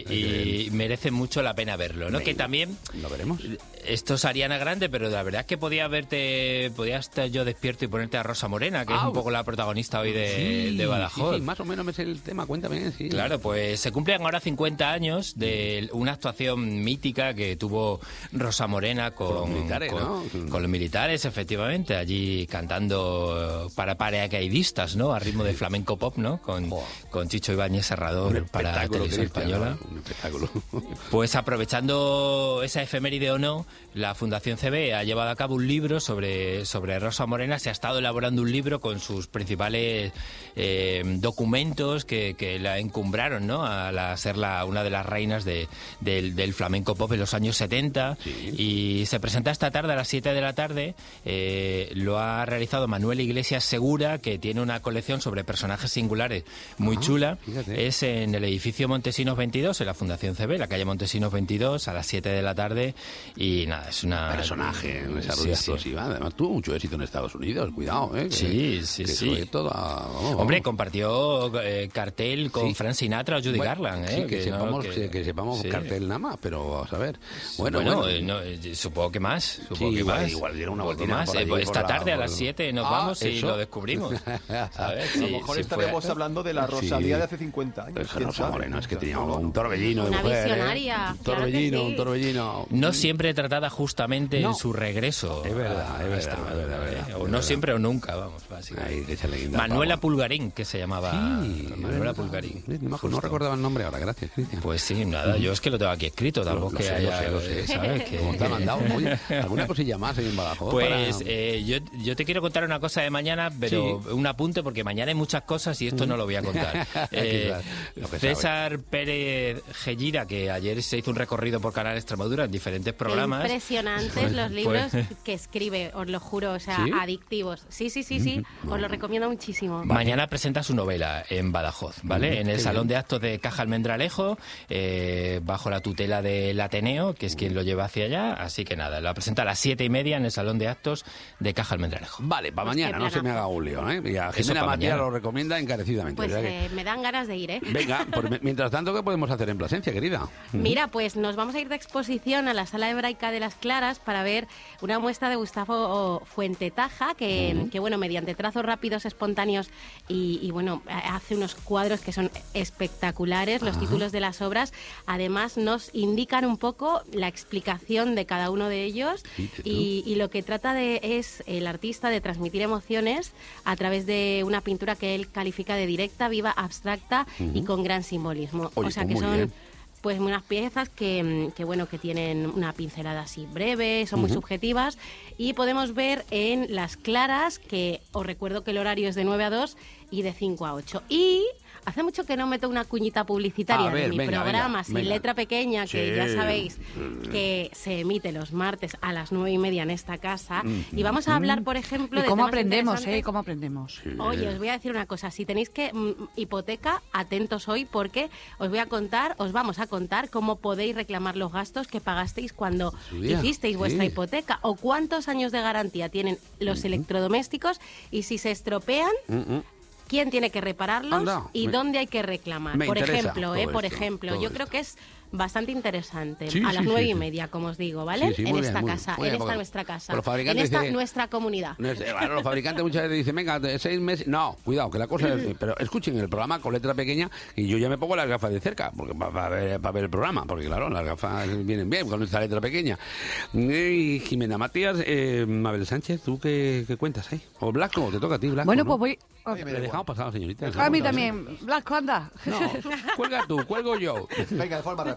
y merece mucho la pena verlo, ¿no? Venga, que también lo veremos. Esto es Ariana Grande, pero la verdad es que podía verte, podía estar yo despierto y ponerte a Rosa Morena, que ah, es un poco la protagonista hoy de, sí, de Badajoz. Sí, sí, más o menos me sé el tema, cuéntame. Sí. Claro, pues se cumplen ahora cincuenta años de una actuación mítica que tuvo Rosa Morena con, con, los, militares, con, ¿no? con los militares, efectivamente, allí cantando para paracaidistas, ¿no? A ritmo de flamenco pop, ¿no? Con, oh. con Chicho Ibáñez Serrador para la televisión española. Un espectáculo. Pues aprovechando esa efeméride o no, la Fundación C B ha llevado a cabo un libro sobre, sobre Rosa Morena. Se ha estado elaborando un libro con sus principales eh, documentos que, que la encumbraron, ¿no? A la, ser la, una de las reinas de, del, del flamenco pop en los años setenta. Sí. Y se presenta esta tarde a las siete de la tarde. Eh, lo ha realizado Manuel Iglesias Segura, que tiene una colección sobre personajes singulares muy ah, chula. Fíjate. Es en el edificio Montesinos veintidós, en la Fundación C B, la calle Montesinos veintidós, a las siete de la tarde. Y nada, es una... personaje, un desarrollo sí, explosiva. Sí. Además, tuvo mucho éxito en Estados Unidos, cuidado, ¿eh? Que, sí, sí, que sí. Todo a, vamos, Hombre, vamos. compartió eh, cartel con sí. Frank Sinatra o Judy bueno, Garland, ¿eh? Sí, que, que sepamos, no, que, que sepamos sí. cartel nada más, pero vamos a ver. Bueno, bueno, bueno. Eh, no, eh, supongo que más. Supongo sí, que igual, más. igual dieron una voltina más. Eh, pues esta tarde la, a las siete nos ah, vamos y lo descubrimos. A ver, sí, a lo mejor sí, estaremos fue... hablando de la Rosalía sí. de hace cincuenta años. Pues Rosa Morena, es que teníamos un torbellino de una mujer. Una visionaria. ¿eh? Un torbellino, claro sí. un torbellino. No siempre tratada justamente no. en su regreso. Es verdad, es verdad, es verdad, es verdad. O no siempre o nunca, vamos, básicamente. Ahí, Manuela Pulgarín, que se llamaba. Sí, Manuela Pulgarín. No, no recordaba el nombre ahora, gracias, Cristian. Pues sí, nada, yo es que lo tengo aquí escrito, tampoco lo, que lo sé, haya... Lo sé, lo sé. ¿Sabes? Que, ¿Cómo te ha mandado? Oye, ¿alguna cosilla más en Badajoz? Pues para... eh, yo, yo te quiero contar una cosa de mañana, pero sí. un apunte, porque mañana hay muchas cosas y esto no lo voy a contar. eh, César Pérez Gellira, que ayer se hizo un recorrido por Canal Extremadura en diferentes programas. Impresionantes los libros pues... que escribe, os lo juro, o sea, ¿sí? adictivos. Sí, sí, sí, sí, os lo recomiendo muchísimo. Mañana presenta su novela en Badajoz, ¿vale? En el Salón de Actos de Caja Almendralejo, eh, bajo la tutela del Ateneo, que es quien lo lleva hacia allá. Así que nada, la presenta a las siete y media en el Salón de Actos de Caja Almendralejo. Vale, para mañana, no se me haga un lío, ¿eh? Y a Jimena Matías lo recomienda encarecidamente. Pues eh, me dan ganas de ir, ¿eh? Venga, pues mientras tanto, ¿qué podemos hacer en Plasencia, querida? Mira, pues nos vamos a ir de exposición a la Sala Hebraica de las Claras para ver una muestra de Gustavo Fuentetaja, que, uh-huh. que bueno, mediante trazos rápidos, espontáneos y, y bueno, hace unos cuadros que son espectaculares. Los uh-huh. títulos de las obras, además, nos indican un poco la explicación de cada uno de ellos y, y lo que trata de es el artista de transmitir emociones a través de una pintura que él califica de directa, viva, abstracta uh-huh. y con gran simbolismo. Oye, o sea pues que son bien. pues unas piezas que, que bueno que tienen una pincelada así breve, son uh-huh. muy subjetivas y podemos ver en Las Claras, que os recuerdo que el horario es de nueve a dos y de cinco a ocho. Y hace mucho que no meto una cuñita publicitaria ver, de mi venga, programa venga, sin venga. letra pequeña, que sí. ya sabéis que se emite los martes a las nueve y media en esta casa. Mm. Y vamos a hablar, por ejemplo, ¿Y de cómo aprendemos, eh? ¿Cómo aprendemos? Sí. Oye, os voy a decir una cosa. Si tenéis que mm, hipoteca, atentos hoy, porque os voy a contar, os vamos a contar cómo podéis reclamar los gastos que pagasteis cuando Subía. hicisteis vuestra sí. hipoteca, o cuántos años de garantía tienen los mm-hmm. electrodomésticos, y si se estropean, mm-hmm. quién tiene que repararlos Anda, y me, dónde hay que reclamar. Por ejemplo, eh, por esto, ejemplo, yo esto. creo que es bastante interesante. Sí, a las sí, nueve sí, y media, como os digo, ¿vale? Sí, sí, en esta bien, casa, muy, muy en esta nuestra casa, en esta dice, nuestra comunidad. No es, bueno, los fabricantes muchas veces dicen, venga, de seis meses... No, cuidado, que la cosa es... Pero escuchen el programa con letra pequeña y yo ya me pongo las gafas de cerca porque para ver, para ver el programa, porque claro, las gafas vienen bien con esta letra pequeña. Y Jimena Matías, eh, Mabel Sánchez, ¿tú qué, qué cuentas ahí? O Blasco, te toca a ti, Blasco. Bueno, ¿no? pues voy... Oye, me dejamos pasar, señorita. A mí también. Blasco, anda. No, cuelga tú, cuelgo yo. Venga, de forma rápida.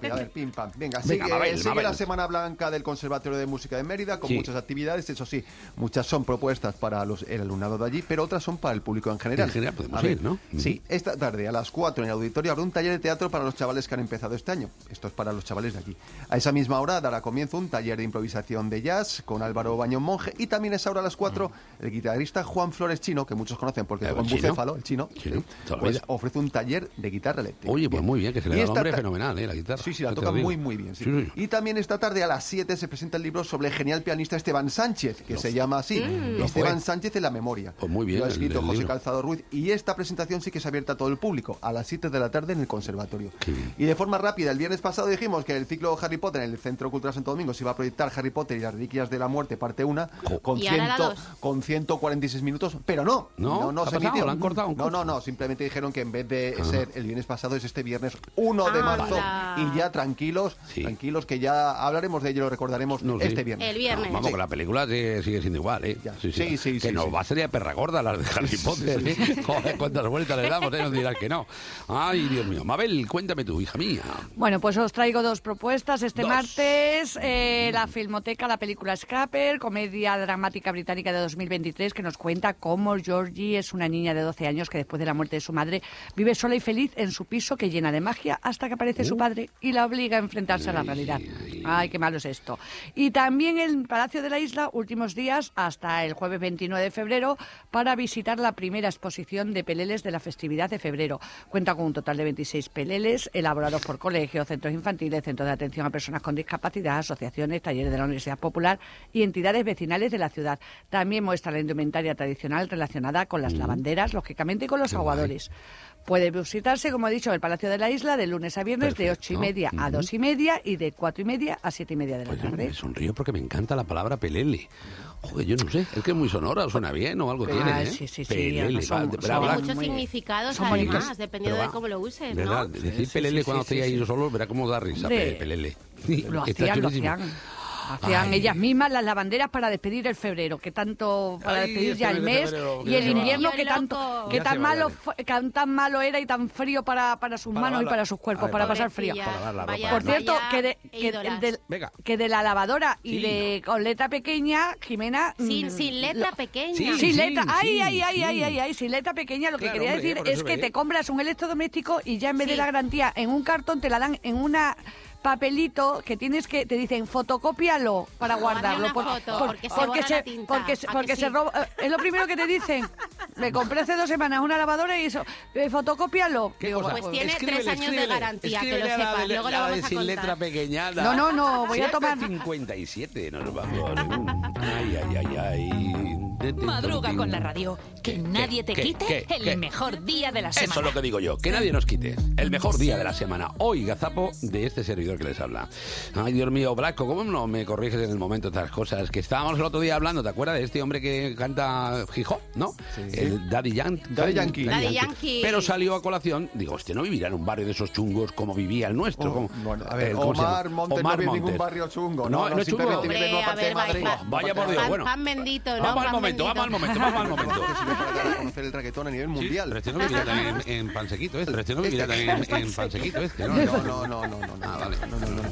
rápido, a ver, pim, pam. Venga, Venga, sigue, Mabel, sigue Mabel. la Semana Blanca del Conservatorio de Música de Mérida, con Sí. muchas actividades, eso sí, muchas son propuestas para los, el alumnado de allí, pero otras son para el público en general. En general podemos A ver, ir, ¿no? Sí, esta tarde a las cuatro en el auditorio habrá un taller de teatro para los chavales que han empezado este año. Esto es para los chavales de aquí. A esa misma hora dará comienzo un taller de improvisación de jazz con Álvaro Bañón Monje, y también a esa hora a las cuatro el guitarrista Juan Flores Chino, que muchos conocen porque ¿El toca un chino? bucéfalo, el chino, Chino, toda la pues vida. ofrece un taller de guitarra eléctrica. Oye, pues muy bien, que se le Y da el esta nombre ta- fenomenal, ¿eh? La guitarra. Sí, sí, la ¿Qué te toca digo? muy, muy bien. sí. Sí, sí. Y también esta tarde a las siete se presenta el libro sobre el genial pianista Esteban Sánchez, que Lo se fue. llama así, Mm. Lo Esteban fue. Sánchez en la memoria. Pues muy bien, Lo ha el- escrito el José libro. Calzado Ruiz, y esta presentación sí que es abierta a todo el público, a las siete de la tarde en el conservatorio. Y de forma rápida, el viernes pasado dijimos que el ciclo Harry Potter en el Centro Cultural Santo Domingo se iba a proyectar Harry Potter y las Reliquias de la Muerte, parte uno, con, ¿Y ahora la ciento, dos? con ciento cuarenta y seis minutos, pero no, ¿No? no, no ¿Ha se pasado? emitió. ¿La han cortado un No, no, no, simplemente dijeron que en vez de ser el viernes pasado es este viernes uno de marzo, Anda. y ya tranquilos, tranquilos que ya hablaremos de ello, lo recordaremos No, sí. este viernes. El viernes. No, vamos, Sí. que la película sigue, sigue siendo igual, ¿eh? Sí, Sí, sí, Que sí, nos sí. va a salir a perra gorda las de Harry Potter, ¿eh? Joder, cuántas vueltas le damos, ¿eh? No dirás que no. Ay, Dios mío. Mabel, cuéntame tú, hija mía. Bueno, pues os traigo dos propuestas este Dos. martes. Eh, la Filmoteca, la película Scrapper, comedia dramática británica de dos mil veintitrés, que nos cuenta cómo Georgie es una niña de doce años que después de la muerte de su madre vive sola y feliz en su piso que llena de magia hasta que aparece su padre y la obliga a enfrentarse a la realidad. Ay, qué malo es esto. Y también el Palacio de la Isla, últimos días hasta el jueves veintinueve de febrero, para visitar la primera exposición de peleles de la festividad de febrero. Cuenta con un total de veintiséis peleles elaborados por colegios, centros infantiles, centros de atención a personas con discapacidad, asociaciones, talleres de la Universidad Popular y entidades vecinales de la ciudad. También muestra la indumentaria tradicional relacionada con las lavanderas, lógicamente, y con los Qué aguadores. Puede visitarse, como he dicho, el Palacio de la Isla de lunes a viernes de Perfecto. ocho y media a Ujú. dos y media y de cuatro y media a siete y media de la Pues tarde. me sonrío porque me encanta la palabra pelele. Joder, yo no sé, es que es muy sonora, suena bien o algo Ah, tiene, ¿eh? sí, sí, sí, Pelele, además son- va, son pero habla- Muchos muy- significados son además, bonitos. dependiendo pero de va, cómo lo uses, ¿verdad? ¿no? Decir Sí, pelele sí, cuando sí, estéis sí, ahí sí. solos, verá cómo da risa, De- pe- pelele. Lo Está hacían, lo chulísimo. hacían. Hacían Ay. ellas mismas las lavanderas para despedir el febrero, que tanto para Ay, despedir ya este el mes de mes, febrero, y ya el se va. invierno Yo que loco. tanto que Ya tan se va, malo ya. fue- que tan malo era y tan frío para, para sus Para manos y lavar- para sus cuerpos, Ay, para para- pasar frío. Pobrecilla, Para lavar la vaya- ropa. Por cierto, vaya que de, que, ídolas. del- Venga. que de la lavadora y Sí. de con letra pequeña, Jimena... Sin, mm, sin letra lo- pequeña. Sí, Sin letra, sí, ay, sí, ay, ay, sí. ay, ay, ay, sin letra pequeña, lo que Claro, quería hombre, decir por es eso que ve. te compras un electrodoméstico y ya en vez de Sí. la garantía en un cartón te la dan en una papelito que tienes que te dicen fotocópialo para guardarlo una por- foto, por- porque se borra la tinta. porque se, ¿A que porque se sí? roba, eh, es lo primero que te dicen. Me compré hace dos semanas una lavadora y eso, eh, fotocópialo. ¿Qué Digo, cosa? Pues pues- tiene Escríbele, tres años de escríbele, garantía, que lo escríbele a la sepas, de- luego la lo de vamos a sin contar. letra pequeña. la- No, no, no, voy a siete tomar- cincuenta y siete nos vamos. Ay, ay, ay, ay. Madruga con la radio. Que nadie te qué, quite qué, el qué? mejor día de la semana. Eso es lo que digo yo, que nadie nos quite el mejor día de la semana. Hoy, gazapo de este servidor que les habla. Ay, Dios mío, Blasco, ¿cómo no me corriges en el momento estas cosas? Que estábamos el otro día hablando, ¿te acuerdas de este hombre que canta hip hop, no? El Daddy Yankee. Daddy Yankee. Daddy Yankee. Pero salió a colación, digo, este no vivirá en un barrio de esos chungos como vivía el nuestro. Oh, ¿cómo? bueno, a ver, El- ¿cómo se llama? Omar Montes no vive en ningún barrio chungo. No, No, no, no, es chungo. simplemente vive en una Hombre, parte a de ver, Madrid. vaya- Vaya por Dios, Pan- bueno. pan bendito, ¿no? Vamos al Pan momento, vamos al momento, vamos al momento. Para conocer el reggaetón a nivel mundial. Pero este no vivirá también en, en Pansequito, este. Pero este no vivirá también en, en Pansequito, este, ¿no? No, no, no, no, no, no. Ah, vale. No, no, no, no.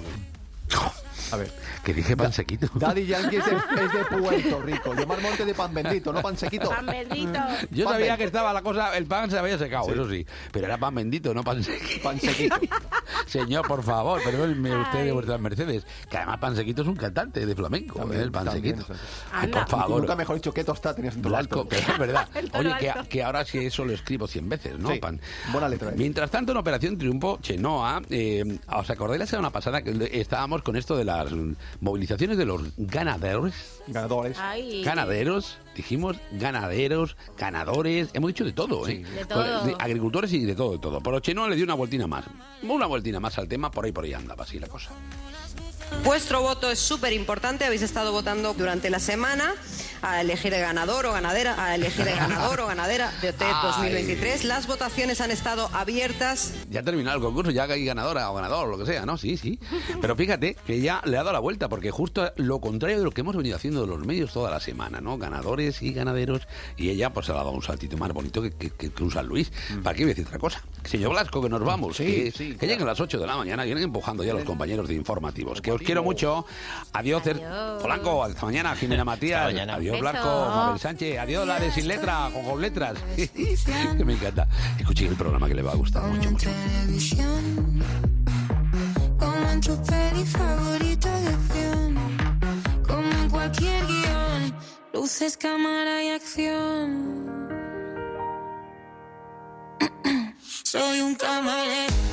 A ver. Que dije Pansequito. Daddy Yankee es de, es de Puerto Rico. Y Omar Montes de Pan Bendito, no Pan Sequito. Pan bendito. Yo Pan sabía bendito. que estaba la cosa, el pan se había secado, Sí. eso sí. Pero era pan bendito, no pan sequito. Pan Sequito. Señor, por favor, perdónenme usted de vuestras mercedes. Que además Pan Sequito es un cantante de flamenco, También, ¿eh? El Pan también, Sequito. exacto. Ay, Anda. por favor. Nunca mejor dicho qué tostada tenías en tu Blasco, alto. que es verdad. El tono Oye, que, alto. que ahora sí eso lo escribo cien veces, ¿no? Sí, Pan. buena letra, eh. Mientras tanto, en Operación Triunfo, Chenoa, eh, ¿os acordáis la semana pasada que estábamos con esto de las movilizaciones de los ganaderos? Ganadores. Ay. Ganaderos, dijimos ganaderos, ganadores, hemos dicho de todo, ¿eh? De todo. De agricultores y de todo, de todo. Pero Chenoa le dio una vueltina más, una vueltina más al tema, por ahí por ahí anda, así la cosa. Vuestro voto es súper importante, habéis estado votando durante la semana a elegir el ganador o ganadera, a elegir el ganador o ganadera de O T dos mil veintitrés. Las votaciones han estado abiertas. Ya ha terminado el concurso, ya hay ganadora o ganador, lo que sea, ¿no? Sí, sí. Pero fíjate que ya le ha dado la vuelta, porque justo lo contrario de lo que hemos venido haciendo de los medios toda la semana, ¿no? Ganadores y ganaderos, y ella pues se le ha dado un saltito más bonito que, que, que, que un San Luis. ¿Para qué voy a decir otra cosa? Señor Blasco, que nos vamos. Sí, que sí, que claro. lleguen las ocho de la mañana, vienen empujando ya los compañeros de informativos. Que os quiero mucho. Adiós, Adiós. Polanco, hasta mañana, Jimena Matías. Hasta mañana. Adiós, Beso. Blasco, Mabel Sánchez. Adiós, la de sin letra o con letras. Que me encanta. Escuchen el programa que le va a gustar mucho, mucho. Televisión, como en tu peli favorita de acción, como en cualquier guión, luces, cámara y acción. Soy un camaleón.